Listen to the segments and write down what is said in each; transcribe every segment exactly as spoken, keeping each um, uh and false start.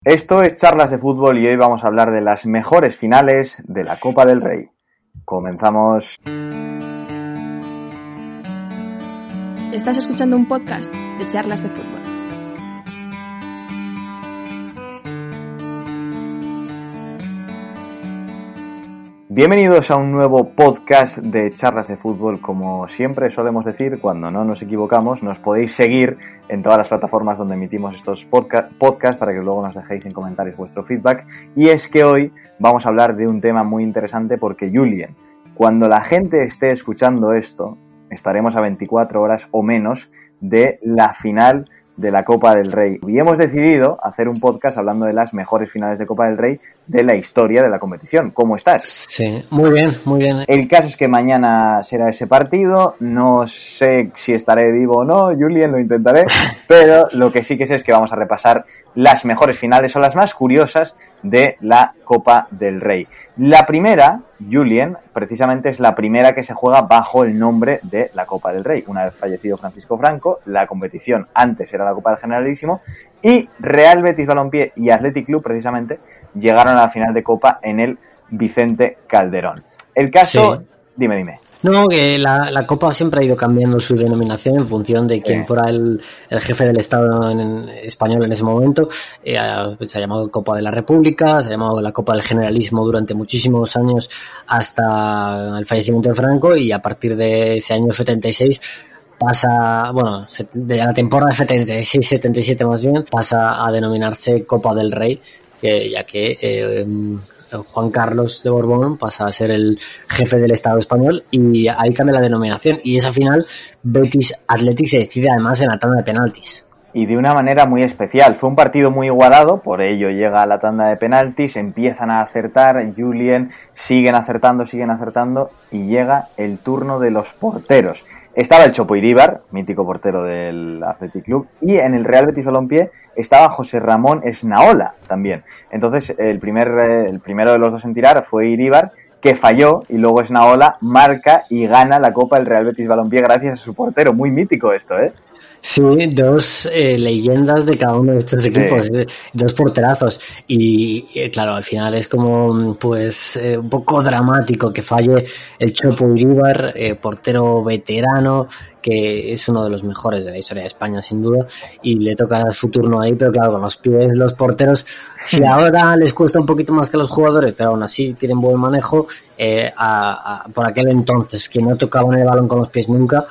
Esto es Charlas de Fútbol y hoy vamos a hablar de las mejores finales de la Copa del Rey. Comenzamos. Estás escuchando un podcast de Charlas de Fútbol. Bienvenidos a un nuevo podcast de Charlas de Fútbol. Como siempre solemos decir, cuando no nos equivocamos, nos podéis seguir en todas las plataformas donde emitimos estos podcasts podcast, para que luego nos dejéis en comentarios vuestro feedback. Y es que hoy vamos a hablar de un tema muy interesante porque, Julien, cuando la gente esté escuchando esto, estaremos a veinticuatro horas o menos de la final de la Copa del Rey. Y hemos decidido hacer un podcast hablando de las mejores finales de Copa del Rey de la historia de la competición. ¿Cómo estás? Sí, muy bien, muy bien. El caso es que mañana será ese partido. No sé si estaré vivo o no, Julien, lo intentaré. Pero lo que sí que sé es que vamos a repasar las mejores finales o las más curiosas de la Copa del Rey. La primera, Julien, precisamente es la primera que se juega bajo el nombre de la Copa del Rey. Una vez fallecido Francisco Franco, la competición antes era la Copa del Generalísimo y Real Betis Balompié y Athletic Club precisamente llegaron a la final de Copa en el Vicente Calderón. El caso... Sí. Dime, dime. No, que la, la Copa siempre ha ido cambiando su denominación en función de quién sí. fuera el, el jefe del Estado en, en español en ese momento. Eh, pues se ha llamado Copa de la República, se ha llamado la Copa del Generalismo durante muchísimos años hasta el fallecimiento de Franco, y a partir de ese año setenta y seis pasa, bueno, de la temporada setenta y seis setenta y siete más bien, pasa a denominarse Copa del Rey, eh, ya que... Eh, Juan Carlos de Borbón pasa a ser el jefe del Estado español y ahí cambia la denominación, y esa final Betis Athletic se decide además en la tanda de penaltis. Y de una manera muy especial. Fue un partido muy igualado, por ello llega a la tanda de penaltis, empiezan a acertar, Julien, siguen acertando, siguen acertando y llega el turno de los porteros. Estaba el Chopo Iríbar, mítico portero del Athletic Club, y en el Real Betis Balompié estaba José Ramón Esnaola también. Entonces el primer el primero de los dos en tirar fue Iríbar, que falló, y luego Esnaola marca y gana la Copa del Real Betis Balompié gracias a su portero. Muy mítico esto, ¿eh? Sí, dos eh, leyendas de cada uno de estos equipos, sí. Dos porterazos, y eh, claro, al final es como pues eh, un poco dramático que falle el Chopo Iríbar, eh, portero veterano, que es uno de los mejores de la historia de España sin duda, y le toca su turno ahí, pero claro, con los pies los porteros, si ahora les cuesta un poquito más que a los jugadores, pero aún así tienen buen manejo, eh, a, a, por aquel entonces que no tocaban el balón con los pies nunca,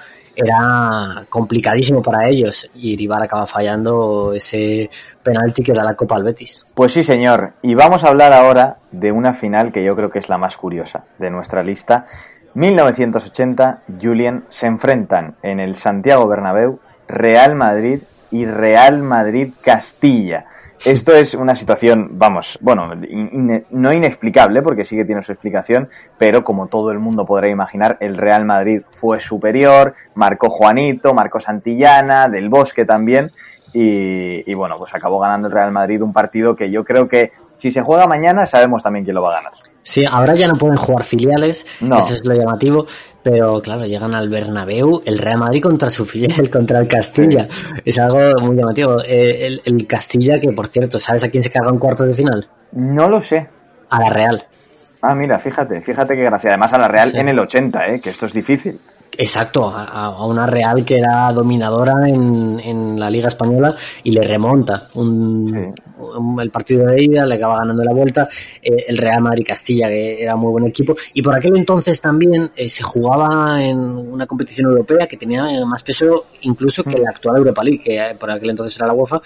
era complicadísimo para ellos, y Iríbar acaba fallando ese penalti que da la Copa al Betis. Pues sí, señor, y vamos a hablar ahora de una final que yo creo que es la más curiosa de nuestra lista. mil novecientos ochenta, Julien, se enfrentan en el Santiago Bernabéu Real Madrid y Real Madrid Castilla. Esto es una situación, vamos, bueno, in, no inexplicable, porque sí que tiene su explicación, pero como todo el mundo podrá imaginar, el Real Madrid fue superior, marcó Juanito, marcó Santillana, Del Bosque también, y, y bueno, pues acabó ganando el Real Madrid un partido que yo creo que si se juega mañana sabemos también quién lo va a ganar. Sí, ahora ya no pueden jugar filiales, no. Eso es lo llamativo, pero claro, llegan al Bernabéu, el Real Madrid contra su filial, contra el Castilla, sí. Es algo muy llamativo. Eh, el, el Castilla, que por cierto, ¿sabes a quién se carga en cuartos de final? No lo sé. A la Real. Ah, mira, fíjate, fíjate qué gracia, además a la Real sí. En el ochenta, eh, que esto es difícil. Exacto, a, a una Real que era dominadora en, en la Liga Española y le remonta un, sí. un, el partido de ida, le acaba ganando la vuelta, eh, el Real Madrid-Castilla, que era muy buen equipo, y por aquel entonces también eh, se jugaba en una competición europea que tenía más peso incluso que la actual Europa League, que por aquel entonces era la UEFA,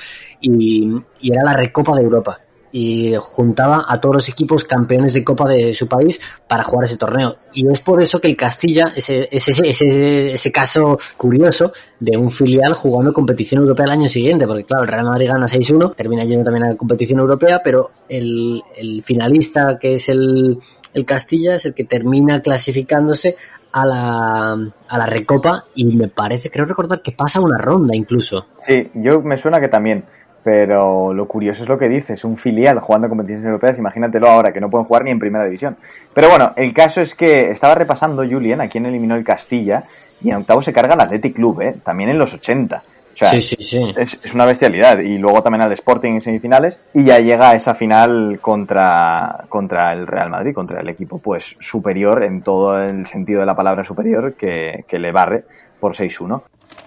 y, y era la Recopa de Europa. Y juntaba a todos los equipos campeones de Copa de su país para jugar ese torneo. Y es por eso que el Castilla, ese, ese, ese, ese caso curioso de un filial jugando competición europea el año siguiente, porque claro, el Real Madrid gana seis uno, termina yendo también a la competición europea, pero el, el finalista, que es el, el Castilla, es el que termina clasificándose a la, a la Recopa, y me parece, creo recordar que pasa una ronda incluso. Sí, yo me suena que también. Pero lo curioso es lo que dices, un filial jugando en competiciones europeas, imagínatelo ahora, que no pueden jugar ni en primera división. Pero bueno, el caso es que estaba repasando, Julien, a quién eliminó el Castilla, y en octavo se carga el Athletic Club, ¿eh? También en los ochenta. O sea, sí, sí, sí. Es, es una bestialidad. Y luego también al Sporting en semifinales. Y ya llega a esa final contra, contra el Real Madrid, contra el equipo pues superior, en todo el sentido de la palabra superior, que, que le barre por seis uno.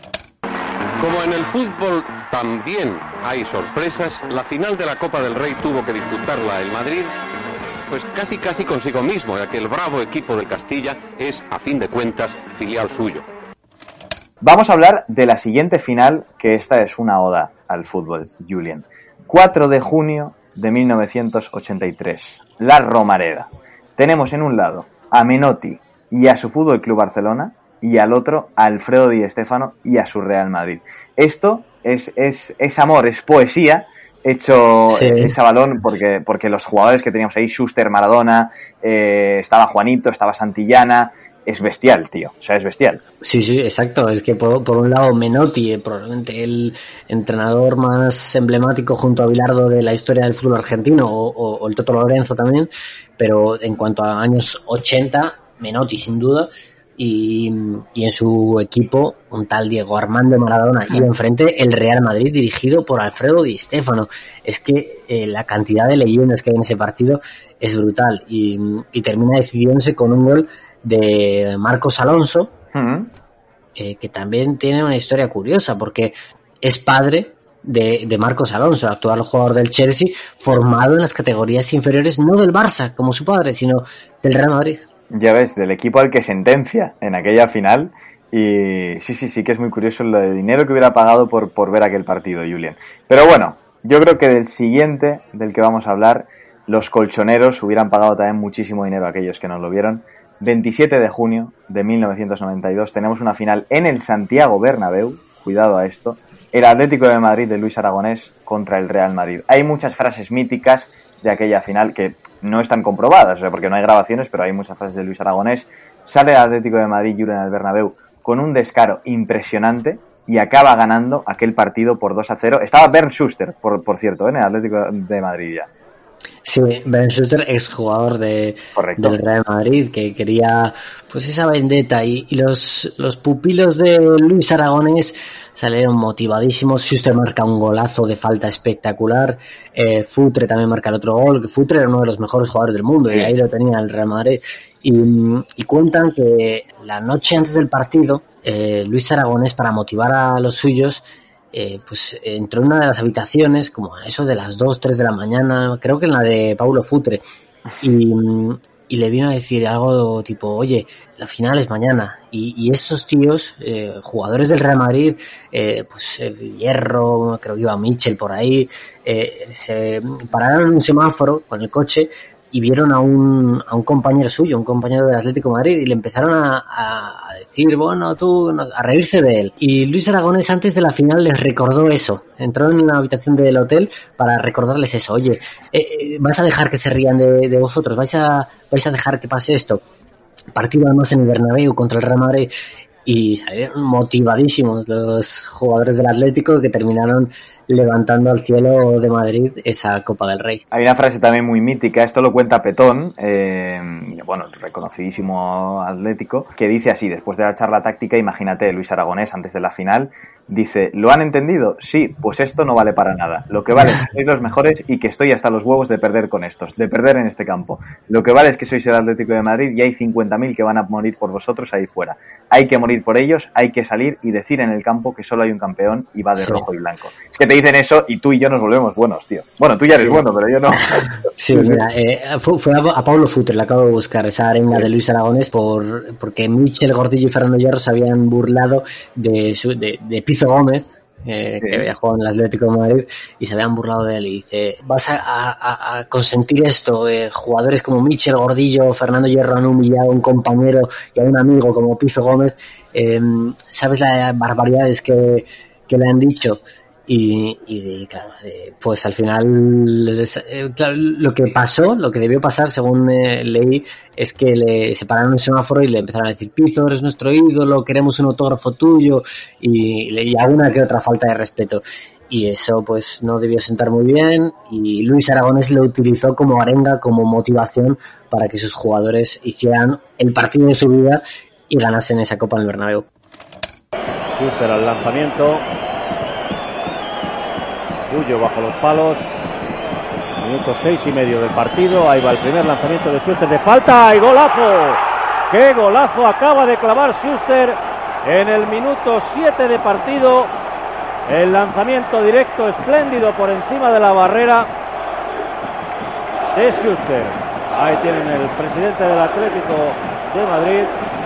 Como en el fútbol también hay sorpresas, la final de la Copa del Rey tuvo que disputarla el Madrid, pues casi casi consigo mismo, ya que el bravo equipo del Castilla es, a fin de cuentas, filial suyo. Vamos a hablar de la siguiente final, que esta es una oda al fútbol, Julián. cuatro de junio de mil novecientos ochenta y tres, la Romareda. Tenemos en un lado a Menotti y a su Fútbol Club Barcelona, y al otro a Alfredo Di Stéfano y a su Real Madrid. Esto es, es, es amor, es poesía hecho sí. ese balón, porque, porque los jugadores que teníamos ahí, Schuster, Maradona, eh, estaba Juanito, estaba Santillana... Es bestial, tío. O sea, es bestial. Sí, sí, exacto. Es que por, por un lado Menotti, eh, probablemente el entrenador más emblemático junto a Bilardo de la historia del fútbol argentino, o, o, o el Toto Lorenzo también, pero en cuanto a años ochenta, Menotti sin duda, y, y en su equipo un tal Diego Armando Maradona, y enfrente el Real Madrid dirigido por Alfredo Di Stéfano. Es que eh, la cantidad de leyendas que hay en ese partido es brutal, y, y termina decidiéndose con un gol de Marcos Alonso, uh-huh. eh, que también tiene una historia curiosa, porque es padre de, de Marcos Alonso, actual jugador del Chelsea, formado en las categorías inferiores, no del Barça, como su padre, sino del Real Madrid. Ya ves, del equipo al que sentencia en aquella final, y sí, sí, sí que es muy curioso lo de dinero que hubiera pagado por, por ver aquel partido, Julián. Pero bueno, yo creo que del siguiente, del que vamos a hablar, los colchoneros hubieran pagado también muchísimo dinero a aquellos que no lo vieron. veintisiete de junio de mil novecientos noventa y dos tenemos una final en el Santiago Bernabéu, cuidado a esto, el Atlético de Madrid de Luis Aragonés contra el Real Madrid. Hay muchas frases míticas de aquella final que no están comprobadas, o sea, porque no hay grabaciones, pero hay muchas frases de Luis Aragonés. Sale el Atlético de Madrid, Julián, al Bernabéu con un descaro impresionante y acaba ganando aquel partido por dos a cero. Estaba Bernd Schuster, por, por cierto, ¿eh? En el Atlético de Madrid ya. Sí, Bernd Schuster, exjugador de, del Real Madrid, que quería pues esa vendetta, y, y los, los pupilos de Luis Aragonés salieron motivadísimos. Schuster marca un golazo de falta espectacular, eh, Futre también marca el otro gol, que Futre era uno de los mejores jugadores del mundo, sí. Y ahí lo tenía el Real Madrid. Y, y cuentan que la noche antes del partido, eh, Luis Aragonés, para motivar a los suyos, Eh, pues entró en una de las habitaciones como a eso de las dos, tres de la mañana, creo que en la de Paulo Futre, y, y le vino a decir algo tipo, oye, la final es mañana, y, y estos tíos, eh, jugadores del Real Madrid, eh, pues eh, Hierro, creo que iba Mitchell por ahí, eh, se pararon en un semáforo con el coche y vieron a un, a un compañero suyo, un compañero del Atlético de Madrid, y le empezaron a, a decir, bueno, tú, a reírse de él. Y Luis Aragonés antes de la final les recordó eso. Entró en la habitación del hotel para recordarles eso. Oye, eh, ¿vais a dejar que se rían de, de vosotros? ¿Vais a, vais a dejar que pase esto? Partido además en el Bernabéu contra el Real Madrid. Y salieron motivadísimos los jugadores del Atlético, que terminaron levantando al cielo de Madrid esa Copa del Rey. Hay una frase también muy mítica, esto lo cuenta Petón, eh, bueno, reconocidísimo atlético, que dice así, después de la charla táctica, imagínate, Luis Aragonés antes de la final, dice, ¿lo han entendido? Sí, pues esto no vale para nada. Lo que vale es que sois los mejores y que estoy hasta los huevos de perder con estos, de perder en este campo. Lo que vale es que sois el Atlético de Madrid y hay cincuenta mil que van a morir por vosotros ahí fuera. Hay que morir por ellos, hay que salir y decir en el campo que solo hay un campeón y va de sí. rojo y blanco. Es que te dicen eso y tú y yo nos volvemos buenos, tío. Bueno, tú ya eres sí. bueno, pero yo no. Sí, mira, eh, fue, fue a, a Paulo Futre, le acabo de buscar esa arenga sí. de Luis Aragonés por, porque Mitchell, Gordillo y Fernando Hierro se habían burlado de, su, de, de Pizo Gómez, eh, sí. que había jugado en el Atlético de Madrid, y se habían burlado de él, y dice, vas a, a, a consentir esto, eh, jugadores como Mitchell, Gordillo, Fernando Hierro han humillado a un compañero y a un amigo como Pizo Gómez, eh, ¿sabes las barbaridades que, que le han dicho? Y, y claro, eh, pues al final, eh, claro, lo que pasó, lo que debió pasar, según eh, leí, es que le separaron un semáforo y le empezaron a decir, Pizzo, eres nuestro ídolo, queremos un autógrafo tuyo, y, y alguna que otra falta de respeto. Y eso pues no debió sentar muy bien, y Luis Aragonés lo utilizó como arenga, como motivación para que sus jugadores hicieran el partido de su vida y ganasen esa Copa en el Bernabéu. Schuster al lanzamiento. Bullo bajo los palos. Minuto seis y medio del partido. Ahí va el primer lanzamiento de Schuster de falta y golazo. ¡Qué golazo acaba de clavar Schuster en el minuto siete de partido! El lanzamiento directo espléndido por encima de la barrera de Schuster. Ahí tienen el presidente del Atlético de Madrid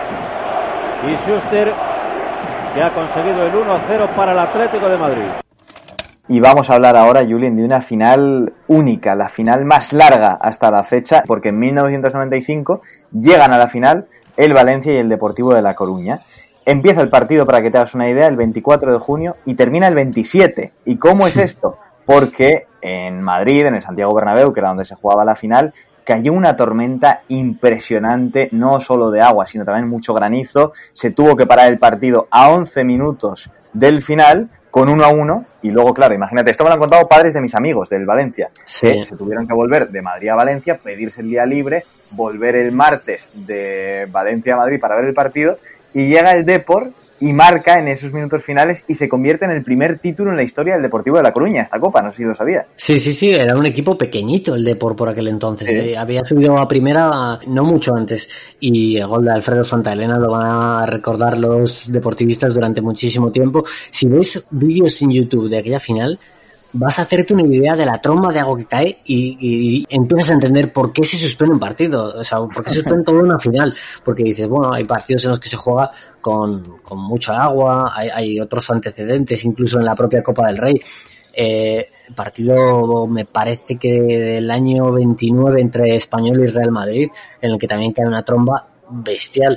y Schuster, que ha conseguido el uno a cero para el Atlético de Madrid. Y vamos a hablar ahora, Julien, de una final única, la final más larga hasta la fecha, porque en mil novecientos noventa y cinco llegan a la final el Valencia y el Deportivo de La Coruña. Empieza el partido, para que te hagas una idea, el veinticuatro de junio y termina el veintisiete. ¿Y cómo es esto? Porque en Madrid, en el Santiago Bernabéu, que era donde se jugaba la final, cayó una tormenta impresionante, no solo de agua, sino también mucho granizo. Se tuvo que parar el partido a once minutos del final, con uno a uno, y luego, claro, imagínate, esto me lo han contado padres de mis amigos del Valencia, sí. que se tuvieron que volver de Madrid a Valencia, pedirse el día libre, volver el martes de Valencia a Madrid para ver el partido, y llega el Depor y marca en esos minutos finales y se convierte en el primer título en la historia del Deportivo de La Coruña, esta copa, no sé si lo sabías. Sí, sí, sí, era un equipo pequeñito el Depor por aquel entonces, sí. eh, había subido a primera no mucho antes, y el gol de Alfredo Santaelena lo van a recordar los deportivistas durante muchísimo tiempo. Si ves vídeos en YouTube de aquella final, vas a hacerte una idea de la tromba de agua que cae y, y, y empiezas a entender por qué se suspende un partido, o sea, por qué se suspende todo una final, porque dices, bueno, hay partidos en los que se juega con, con mucha agua, hay, hay otros antecedentes, incluso en la propia Copa del Rey. Eh, partido, me parece que del año veintinueve entre Español y Real Madrid, en el que también cae una tromba bestial,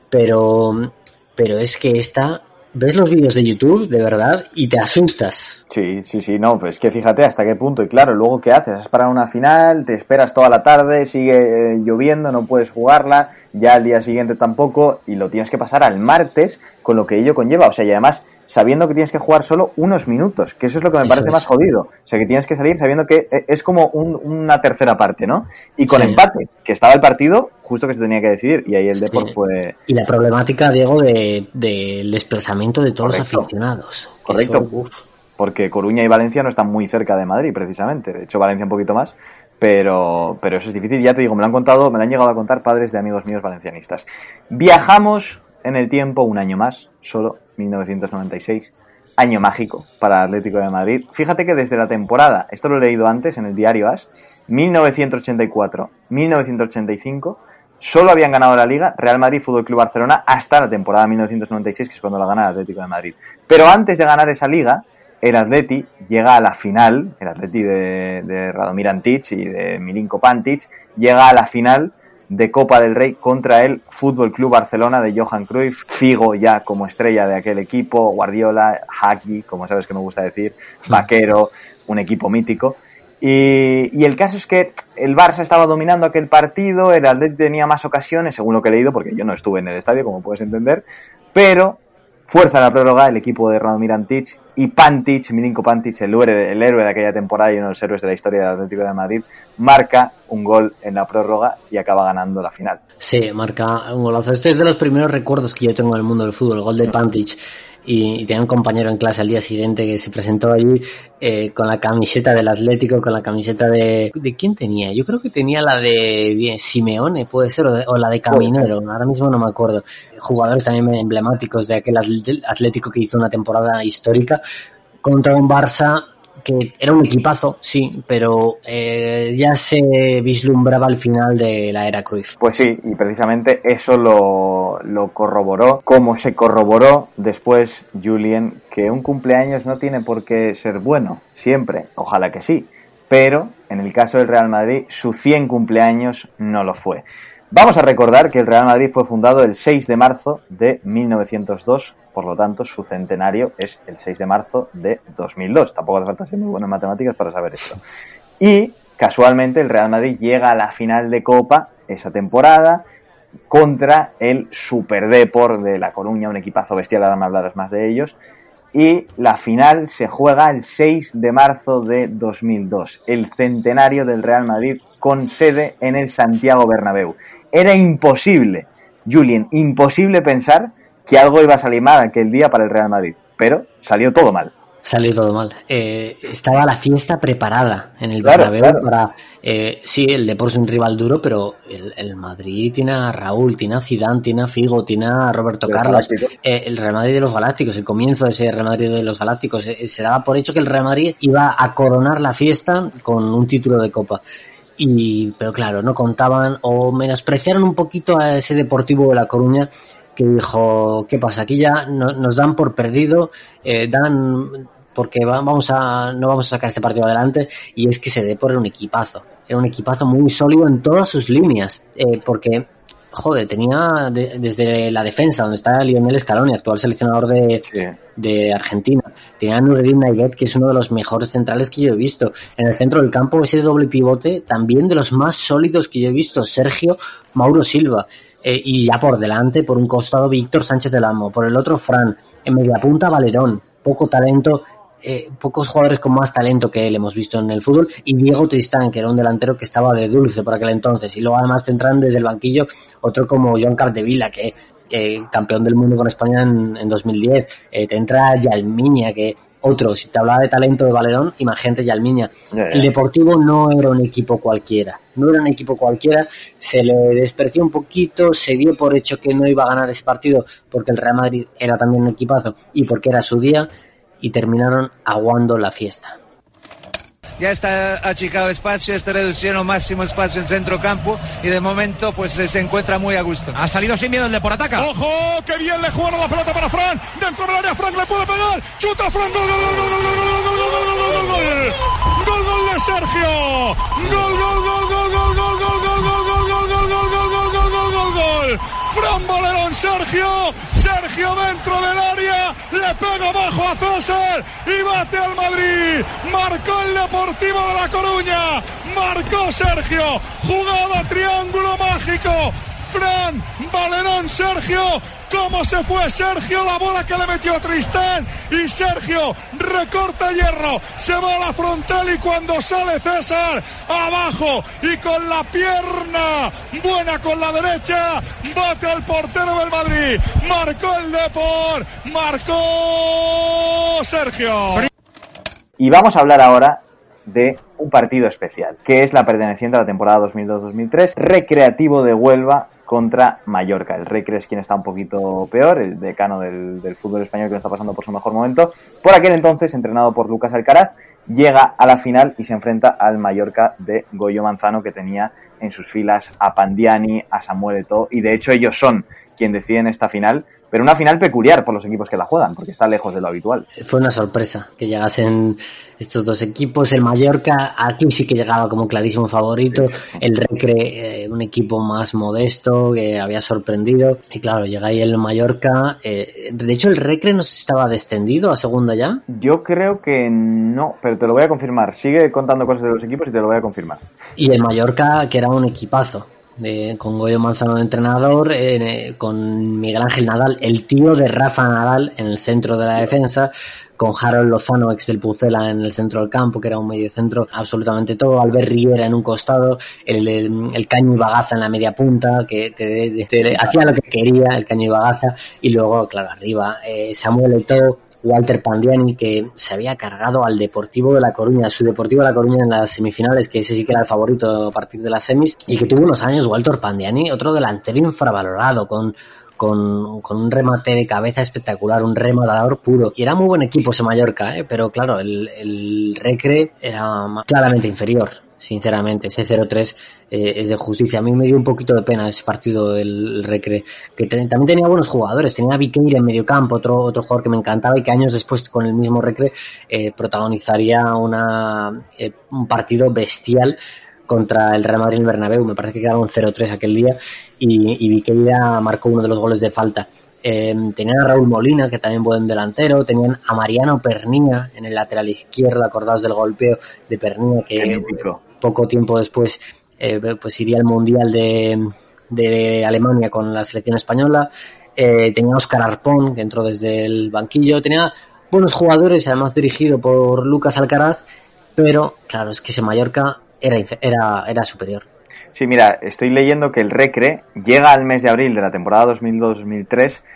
pero, pero es que esta... ves los vídeos de YouTube, de verdad, y te asustas. Sí, sí, sí, no, pues que fíjate hasta qué punto. Y claro, luego ¿qué haces? Has parado una final, te esperas toda la tarde, sigue eh, lloviendo, no puedes jugarla, ya al día siguiente tampoco, y lo tienes que pasar al martes, con lo que ello conlleva. O sea, y además, sabiendo que tienes que jugar solo unos minutos, que eso es lo que me eso parece es. más jodido. O sea, que tienes que salir sabiendo que es como un, una tercera parte, ¿no? Y con sí. empate, que estaba el partido justo que se tenía que decidir, y ahí el Depor sí. fue... Y la problemática, Diego, de, del desplazamiento de todos Correcto. los aficionados. Correcto, eso, porque Coruña y Valencia no están muy cerca de Madrid, precisamente. De hecho, Valencia un poquito más, pero, pero eso es difícil. Ya te digo, me lo han contado, me lo han llegado a contar padres de amigos míos valencianistas. Viajamos en el tiempo un año más, solo mil novecientos noventa y seis, año mágico para el Atlético de Madrid. Fíjate que desde la temporada, esto lo he leído antes en el diario As, mil novecientos ochenta y cuatro a mil novecientos ochenta y cinco, solo habían ganado la Liga Real Madrid, Fútbol Club Barcelona, hasta la temporada mil novecientos noventa y seis, que es cuando la gana el Atlético de Madrid. Pero antes de ganar esa Liga, el Atleti llega a la final, el Atleti de, de Radomir Antic y de Milinko Pantic, llega a la final de Copa del Rey contra el Fútbol Club Barcelona de Johan Cruyff, Figo ya como estrella de aquel equipo, Guardiola, Hagi, como sabes que me gusta decir, Vaquero, un equipo mítico. Y, y el caso es que el Barça estaba dominando aquel partido, el Atleti tenía más ocasiones, según lo que he leído, porque yo no estuve en el estadio, como puedes entender, pero fuerza la prórroga el equipo de Radomir Antic y Pantic, Milinko Pantic, el héroe, el héroe de aquella temporada y uno de los héroes de la historia del Atlético de Madrid, marca un gol en la prórroga y acaba ganando la final. Sí, marca un golazo. Este es de los primeros recuerdos que yo tengo del mundo del fútbol, el gol de Pantic. Y, y tenía un compañero en clase al día siguiente que se presentó allí eh, con la camiseta del Atlético, con la camiseta de... ¿De quién tenía? Yo creo que tenía la de bien, Simeone, puede ser, o, de, o la de Caminero, ahora mismo no me acuerdo. Jugadores también emblemáticos de aquel Atlético que hizo una temporada histórica contra un Barça que era un equipazo, sí, pero eh, ya se vislumbraba el final de la era Cruyff. Pues sí, y precisamente eso lo, lo corroboró, como se corroboró después, Julien, que un cumpleaños no tiene por qué ser bueno, siempre, ojalá que sí, pero en el caso del Real Madrid, su cien cumpleaños no lo fue. Vamos a recordar que el Real Madrid fue fundado el seis de marzo de mil novecientos dos, por lo tanto su centenario es el seis de marzo de dos mil dos. Tampoco hace falta ser muy bueno en matemáticas para saber esto. Y casualmente el Real Madrid llega a la final de Copa esa temporada contra el Super Depor de La Coruña, un equipazo bestial, ahora me hablarás más de ellos. Y la final se juega el seis de marzo de dos mil dos, el centenario del Real Madrid con sede en el Santiago Bernabéu. Era imposible, Julien, imposible pensar que algo iba a salir mal aquel día para el Real Madrid, pero salió todo mal. Salió todo mal. Eh, estaba la fiesta preparada en el Claro, Bernabéu claro. para... Eh, sí, el Depor es un rival duro, pero el, el Madrid tiene a Raúl, tiene a Zidane, tiene a Figo, tiene a Roberto Los Carlos. Galácticos. Eh, el Real Madrid de los Galácticos, el comienzo de ese Real Madrid de los Galácticos. Eh, se daba por hecho que el Real Madrid iba a coronar la fiesta con un título de Copa. Y, pero claro, no contaban o menospreciaron un poquito a ese Deportivo de La Coruña, que dijo, ¿qué pasa? Aquí ya no, nos dan por perdido, eh, dan porque va, vamos a no vamos a sacar este partido adelante, y es que ese Depor era un equipazo, era un equipazo muy sólido en todas sus líneas, eh, porque joder, tenía de, desde la defensa, donde está Lionel Scaloni, actual seleccionador de, Sí. de Argentina, tenía a Nureddin Naivet, que es uno de los mejores centrales que yo he visto. En el centro del campo, ese doble pivote, también de los más sólidos que yo he visto, Sergio Mauro Silva. Eh, y ya por delante, por un costado, Víctor Sánchez del Amo, por el otro, Fran. En media punta, Valerón. Poco talento, eh, pocos jugadores con más talento que él hemos visto en el fútbol. Y Diego Tristán, que era un delantero que estaba de dulce por aquel entonces. Y luego además tendrán desde el banquillo otro como Joan Capdevila, que eh, campeón del mundo con España en, en dos mil diez. Eh, te entra Yalmiña, que otro, si te hablaba de talento de Valerón, imagínate Yalmiña. Yeah, yeah. El Deportivo no era un equipo cualquiera, no era un equipo cualquiera, se le despreció un poquito, se dio por hecho que no iba a ganar ese partido porque el Real Madrid era también un equipazo y porque era su día, y terminaron aguando la fiesta. Ya está achicado espacio, está reduciendo máximo espacio en centro campo y de momento pues se encuentra muy a gusto. Ha salido sin miedo el de por ataca. ¡Ojo! ¡Qué bien le jugaron la pelota para Fran! Dentro del área, Fran le puede pegar. ¡Chuta Fran! ¡Gol, gol, gol, gol, gol, gol, gol, gol, gol, gol, gol! ¡Gol, gol de Sergio! ¡Gol, gol, gol, gol, gol, gol, gol, gol, gol, gol, gol, gol, gol, gol, gol, gol, gol, gol, gol! Fran Valerón, Sergio, Sergio dentro del área, le pega abajo a César y bate al Madrid. Marcó el Deportivo de La Coruña, marcó Sergio, jugada triángulo mágico. Fran Valerón, Sergio, cómo se fue Sergio, la bola que le metió Tristán, y Sergio recorta hierro, se va a la frontal y cuando sale César abajo y con la pierna buena con la derecha bate al portero del Madrid. Marcó el Depor, marcó Sergio. Y vamos a hablar ahora de un partido especial, que es la perteneciente a la temporada dos mil dos dos mil tres, Recreativo de Huelva contra Mallorca. El Recre es quien está un poquito peor, el decano del, del fútbol español, que no está pasando por su mejor momento. Por aquel entonces, entrenado por Lucas Alcaraz, llega a la final y se enfrenta al Mallorca de Goyo Manzano, que tenía en sus filas a Pandiani, a Samuel Eto'o, y de hecho ellos son quien deciden esta final, pero una final peculiar por los equipos que la juegan, porque está lejos de lo habitual. Fue una sorpresa que llegasen estos dos equipos. El Mallorca aquí sí que llegaba como clarísimo favorito, el Recre eh, un equipo más modesto que había sorprendido, y claro, llega ahí el Mallorca. Eh, de hecho el Recre no estaba descendido a segunda ya. Yo creo que no, pero te lo voy a confirmar. Sigue contando cosas de los equipos y te lo voy a confirmar. Y el Mallorca, que era un equipazo, de, con Goyo Manzano de entrenador, eh, con Miguel Ángel Nadal, el tío de Rafa Nadal, en el centro de la defensa, con Harold Lozano, ex del Pucela, en el centro del campo, que era un mediocentro absolutamente todo, Albert Riera en un costado, el, el, el Caño Ibagaza en la media punta, que te, te, te, te, hacía lo que quería el Caño Ibagaza, y luego, claro, arriba, eh, Samuel Eto'o, Walter Pandiani, que se había cargado al Deportivo de La Coruña, su Deportivo de La Coruña en las semifinales, que ese sí que era el favorito a partir de las semis, y que tuvo unos años Walter Pandiani, otro delantero infravalorado, con, con, con un remate de cabeza espectacular, un rematador puro, y era muy buen equipo ese Mallorca, ¿eh? Pero claro, el, el Recre era claramente inferior. Sinceramente, ese cero tres eh, es de justicia. A mí me dio un poquito de pena ese partido del Recre, que te, también tenía buenos jugadores. Tenía a Viqueira en medio campo, otro, otro jugador que me encantaba y que años después con el mismo Recre eh, protagonizaría una, eh, un partido bestial contra el Real Madrid en el Bernabéu. Me parece que quedaron cero tres aquel día y, y Viqueira marcó uno de los goles de falta. Eh, tenían a Raúl Molina, que también buen delantero, tenían a Mariano Pernía en el lateral izquierdo, acordados del golpeo de Pernía, que poco tiempo después eh, pues iría al Mundial de, de Alemania con la selección española. Eh, tenía a Óscar Arpón, que entró desde el banquillo, tenía buenos jugadores, además dirigido por Lucas Alcaraz, pero claro, es que ese Mallorca era, era, era superior. Sí, mira, estoy leyendo que el Recre llega al mes de abril de la temporada dos mil dos dos mil tres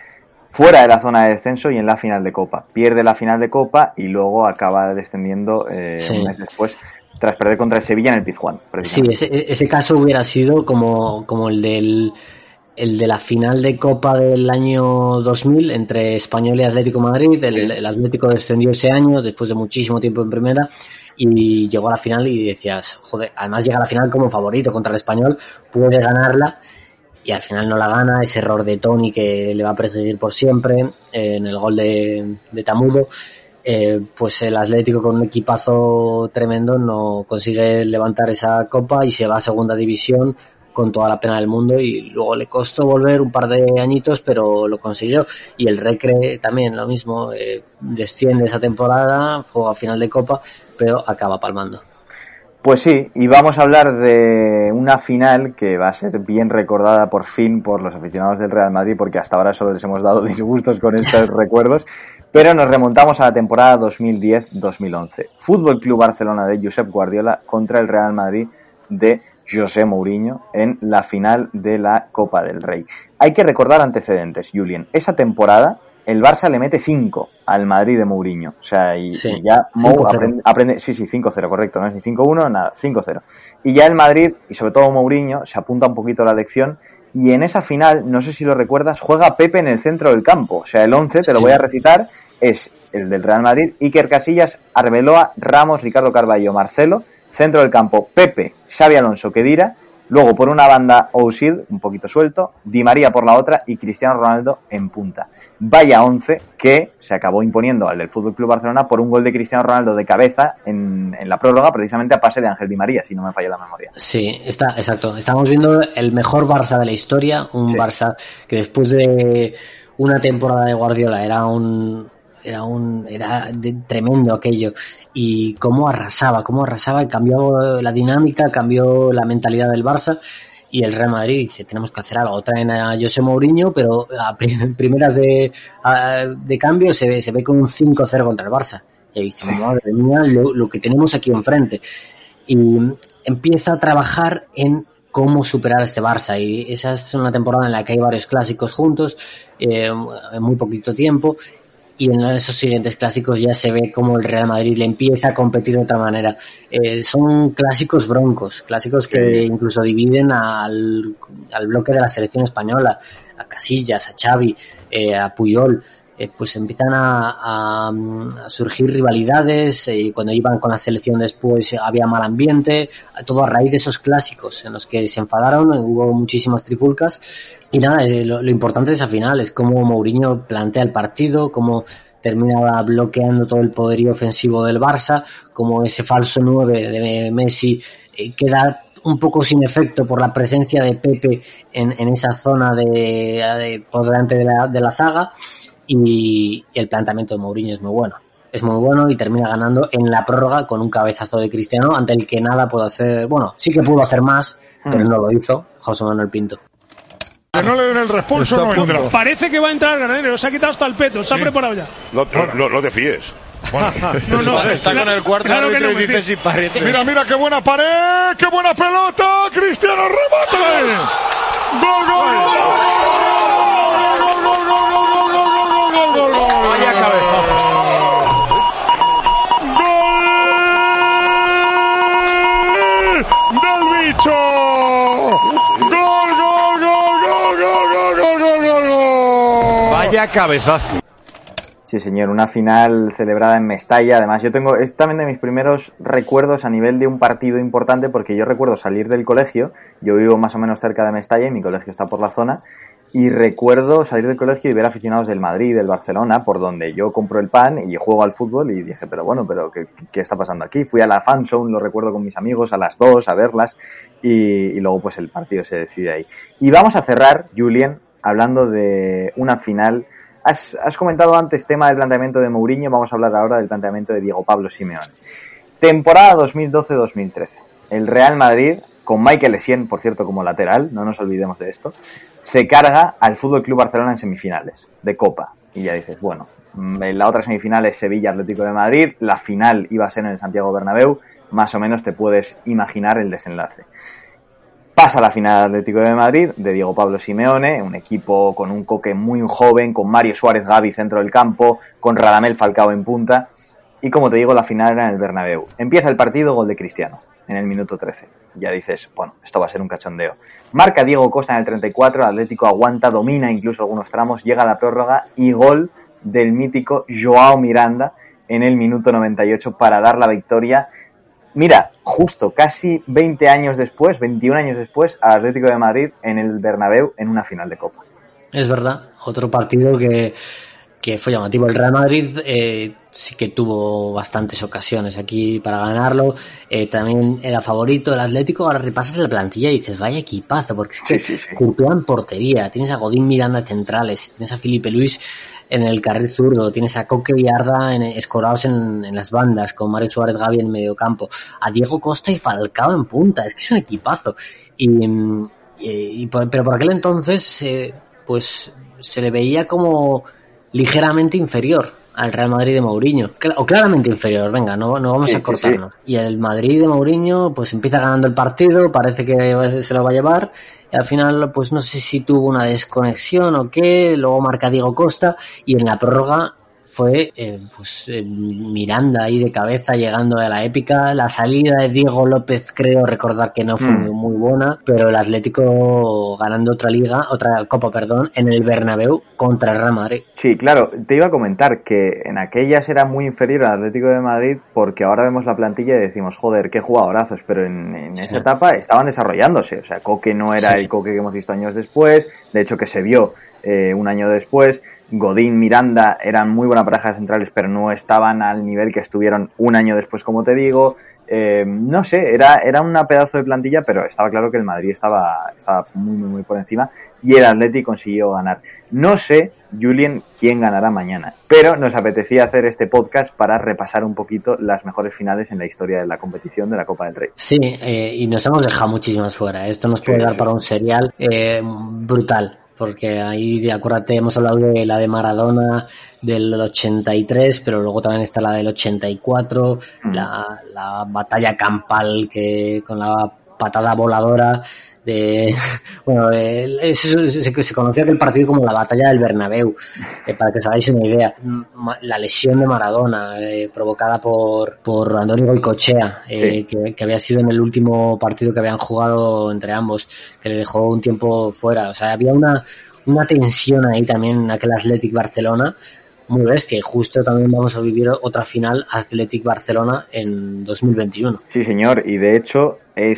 fuera de la zona de descenso y en la final de Copa. Pierde la final de Copa y luego acaba descendiendo eh, sí. un mes después tras perder contra el Sevilla en el Pizjuán. Sí, ese, ese caso hubiera sido como, como el del el de la final de Copa del año dos mil entre Español y Atlético de Madrid. El, sí. el Atlético descendió ese año después de muchísimo tiempo en primera y llegó a la final y decías, joder, además llega a la final como favorito contra el Español, puede ganarla. Y al final no la gana, ese error de Toni que le va a perseguir por siempre eh, en el gol de, de Tamudo, eh, pues el Atlético con un equipazo tremendo no consigue levantar esa copa y se va a segunda división con toda la pena del mundo y luego le costó volver un par de añitos pero lo consiguió. Y el Recre también lo mismo, eh, desciende esa temporada, juega final de copa pero acaba palmando. Pues sí, y vamos a hablar de una final que va a ser bien recordada por fin por los aficionados del Real Madrid, porque hasta ahora solo les hemos dado disgustos con estos recuerdos, pero nos remontamos a la temporada dos mil diez dos mil once. Fútbol Club Barcelona de Josep Guardiola contra el Real Madrid de José Mourinho en la final de la Copa del Rey. Hay que recordar antecedentes, Julien. Esa temporada el Barça le mete cinco al Madrid de Mourinho. O sea, y, sí, y ya Mou aprende, aprende... Sí, sí, cinco cero, correcto. No es ni cinco uno, nada, cinco cero. Y ya el Madrid, y sobre todo Mourinho, se apunta un poquito a la lección. Y en esa final, no sé si lo recuerdas, juega Pepe en el centro del campo. O sea, el once, te sí. lo voy a recitar, es el del Real Madrid. Iker Casillas, Arbeloa, Ramos, Ricardo Carballo, Marcelo. Centro del campo, Pepe, Xabi Alonso, Khedira. Luego, por una banda, Özil, un poquito suelto, Di María por la otra y Cristiano Ronaldo en punta. Vaya once que se acabó imponiendo al del F C Barcelona por un gol de Cristiano Ronaldo de cabeza en, en la prórroga, precisamente a pase de Ángel Di María, si no me falla la memoria. Sí, está, exacto. Estamos viendo el mejor Barça de la historia, un sí. Barça que después de una temporada de Guardiola era un... era un era de, tremendo aquello y cómo arrasaba, cómo arrasaba y cambió la dinámica, cambió la mentalidad del Barça y el Real Madrid dice tenemos que hacer algo, traen a José Mourinho pero a primeras de, a, de cambio se ve, se ve con un cinco cero contra el Barça y dice madre mía lo, lo que tenemos aquí enfrente y empieza a trabajar en cómo superar a este Barça y esa es una temporada en la que hay varios clásicos juntos eh, en muy poquito tiempo. Y en esos siguientes clásicos ya se ve cómo el Real Madrid le empieza a competir de otra manera. Eh, son clásicos broncos, clásicos que sí. incluso dividen al, al bloque de la selección española, a Casillas, a Xavi, eh, a Puyol. Eh, pues empiezan a, a, a surgir rivalidades y eh, cuando iban con la selección después había mal ambiente, todo a raíz de esos clásicos en los que se enfadaron, hubo muchísimas trifulcas. Y nada, lo, lo importante de esa final es cómo Mourinho plantea el partido, cómo termina bloqueando todo el poderío ofensivo del Barça, cómo ese falso nueve de Messi eh, queda un poco sin efecto por la presencia de Pepe en, en esa zona de, de por delante de la, de la zaga y, y el planteamiento de Mourinho es muy bueno. Es muy bueno y termina ganando en la prórroga con un cabezazo de Cristiano ante el que nada pudo hacer, bueno, sí que pudo hacer más, hmm. pero no lo hizo José Manuel Pinto. Que no le den el responso, no entra. Parece que va a entrar Granero, se ha quitado hasta el peto, está sí. preparado ya. No, no, no, no te fíes. Bueno, no, no, está, está claro, con el cuarto claro árbitro no, y dice si parece. Mira, mira qué buena pared, qué buena pelota, Cristiano remata. Gol, gol, gol, gol, gol, gol, gol, gol, gol. Vaya cabezazo. Gol del bicho. Gol, gol, gol, gol, gol, gol, gol, gol, gol. Vaya cabezazo. Sí, señor, una final celebrada en Mestalla. Además, yo tengo, es también de mis primeros recuerdos a nivel de un partido importante, porque yo recuerdo salir del colegio, yo vivo más o menos cerca de Mestalla y mi colegio está por la zona, y recuerdo salir del colegio y ver aficionados del Madrid, del Barcelona, por donde yo compro el pan y juego al fútbol, y dije, pero bueno, pero ¿qué, qué está pasando aquí? Fui a la Fan Zone, lo recuerdo con mis amigos, a las dos, a verlas, y, y luego pues el partido se decide ahí. Y vamos a cerrar, Julien, hablando de una final. Has, has comentado antes tema del planteamiento de Mourinho, vamos a hablar ahora del planteamiento de Diego Pablo Simeone. Temporada dos mil doce dos mil trece. El Real Madrid, con Michael Essien, por cierto, como lateral, no nos olvidemos de esto, se carga al F C Barcelona en semifinales de Copa. Y ya dices, bueno, en la otra semifinal es Sevilla Atlético de Madrid, la final iba a ser en el Santiago Bernabéu, más o menos te puedes imaginar el desenlace. Pasa a la final Atlético de Madrid de Diego Pablo Simeone, un equipo con un Coque muy joven, con Mario Suárez Gavi centro del campo, con Radamel Falcao en punta, y como te digo, la final era en el Bernabéu. Empieza el partido, gol de Cristiano en el minuto trece. Ya dices, bueno, esto va a ser un cachondeo. Marca Diego Costa en el treinta y cuatro, el Atlético aguanta, domina incluso algunos tramos, llega a la prórroga y gol del mítico Joao Miranda en el minuto noventa y ocho para dar la victoria. Mira, justo casi veinte años después, veintiún años después, al Atlético de Madrid en el Bernabéu en una final de Copa. Es verdad, otro partido que, que fue llamativo. El Real Madrid eh, sí que tuvo bastantes ocasiones aquí para ganarlo, eh, también era favorito. El Atlético, ahora repasas la plantilla y dices, vaya equipazo, porque es que sí, sí, sí. Courtois en portería, tienes a Godín Miranda centrales, tienes a Felipe Luis en el carril zurdo, tienes a Coque y Arda en, escorados en, en las bandas, con Mario Suárez Gavi en medio campo, a Diego Costa y Falcao en punta, es que es un equipazo. Y, y, y por, pero por aquel entonces, eh, pues se le veía como ligeramente inferior al Real Madrid de Mourinho, o claramente inferior, venga, no, no vamos sí, a cortarnos. Sí, sí. Y el Madrid de Mourinho pues empieza ganando el partido, parece que se lo va a llevar, y al final pues no sé si tuvo una desconexión o qué, luego marca Diego Costa, y en la prórroga fue eh, pues eh, Miranda ahí de cabeza llegando a la épica. La salida de Diego López, creo recordar que no fue mm. muy buena, pero el Atlético ganando otra liga, otra copa, perdón, en el Bernabéu contra el Real Madrid. Sí, claro, te iba a comentar que en aquellas era muy inferior al Atlético de Madrid, porque ahora vemos la plantilla y decimos, joder, qué jugadorazos, pero en, en esa sí. etapa estaban desarrollándose, o sea, Coque no era sí. el Coque que hemos visto años después, de hecho que se vio eh, un año después. Godín, Miranda eran muy buena pareja de centrales, pero no estaban al nivel que estuvieron un año después, como te digo. Eh, no sé, era, era una pedazo de plantilla, pero estaba claro que el Madrid estaba, estaba muy, muy, muy por encima y el Atleti consiguió ganar. No sé, Julien, quién ganará mañana, pero nos apetecía hacer este podcast para repasar un poquito las mejores finales en la historia de la competición de la Copa del Rey. Sí, eh, y nos hemos dejado muchísimas fuera. Esto nos puede sí, dar sí. para un serial eh, brutal. Porque ahí, acuérdate, hemos hablado de la de Maradona del ochenta y tres, pero luego también está la del ochenta y cuatro, mm. la, la batalla campal que con la patada voladora de, bueno, eh, se, se, se conoció aquel partido como la batalla del Bernabéu, eh, para que os hagáis una idea. La lesión de Maradona, eh, provocada por, por Andoni Goicoechea, eh, sí. que, que había sido en el último partido que habían jugado entre ambos, que le dejó un tiempo fuera. O sea, había una, una tensión ahí también en aquel Athletic Barcelona muy bestia, y justo también vamos a vivir otra final Athletic Barcelona en dos mil veintiuno. Sí, señor, y de hecho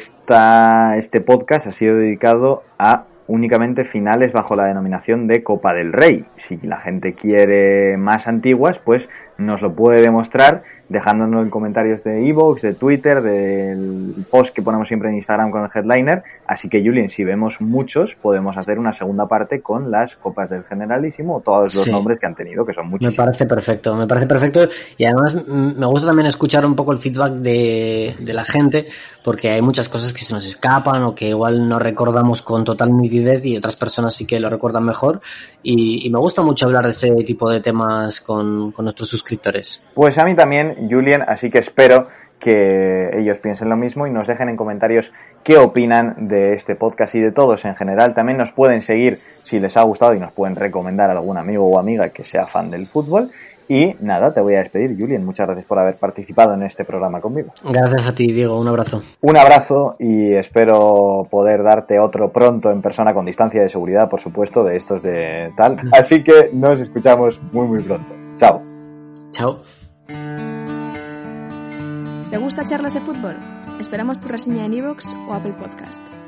esta, este podcast ha sido dedicado a únicamente finales bajo la denominación de Copa del Rey. Si la gente quiere más antiguas, pues nos lo puede demostrar dejándonos en comentarios de iVoox, de Twitter, del post que ponemos siempre en Instagram con el headliner. Así que, Julien, si vemos muchos, podemos hacer una segunda parte con las Copas del Generalísimo, todos los sí. nombres que han tenido, que son muchos. Me parece perfecto, me parece perfecto, y además me gusta también escuchar un poco el feedback de, de la gente, porque hay muchas cosas que se nos escapan o que igual no recordamos con total nitidez y otras personas sí que lo recuerdan mejor, y, y me gusta mucho hablar de este tipo de temas con, con nuestros suscriptores. Pues a mí también, Julien, así que espero que ellos piensen lo mismo y nos dejen en comentarios qué opinan de este podcast y de todos en general. También nos pueden seguir si les ha gustado y nos pueden recomendar a algún amigo o amiga que sea fan del fútbol. Y nada, te voy a despedir, Julien. Muchas gracias por haber participado en este programa conmigo. Gracias a ti, Diego. Un abrazo. Un abrazo y espero poder darte otro pronto en persona con distancia de seguridad, por supuesto, de estos de tal. Así que nos escuchamos muy, muy pronto. Chao. Chao. ¿Te gusta Charlas de Fútbol? Esperamos tu reseña en iVoox o Apple Podcast.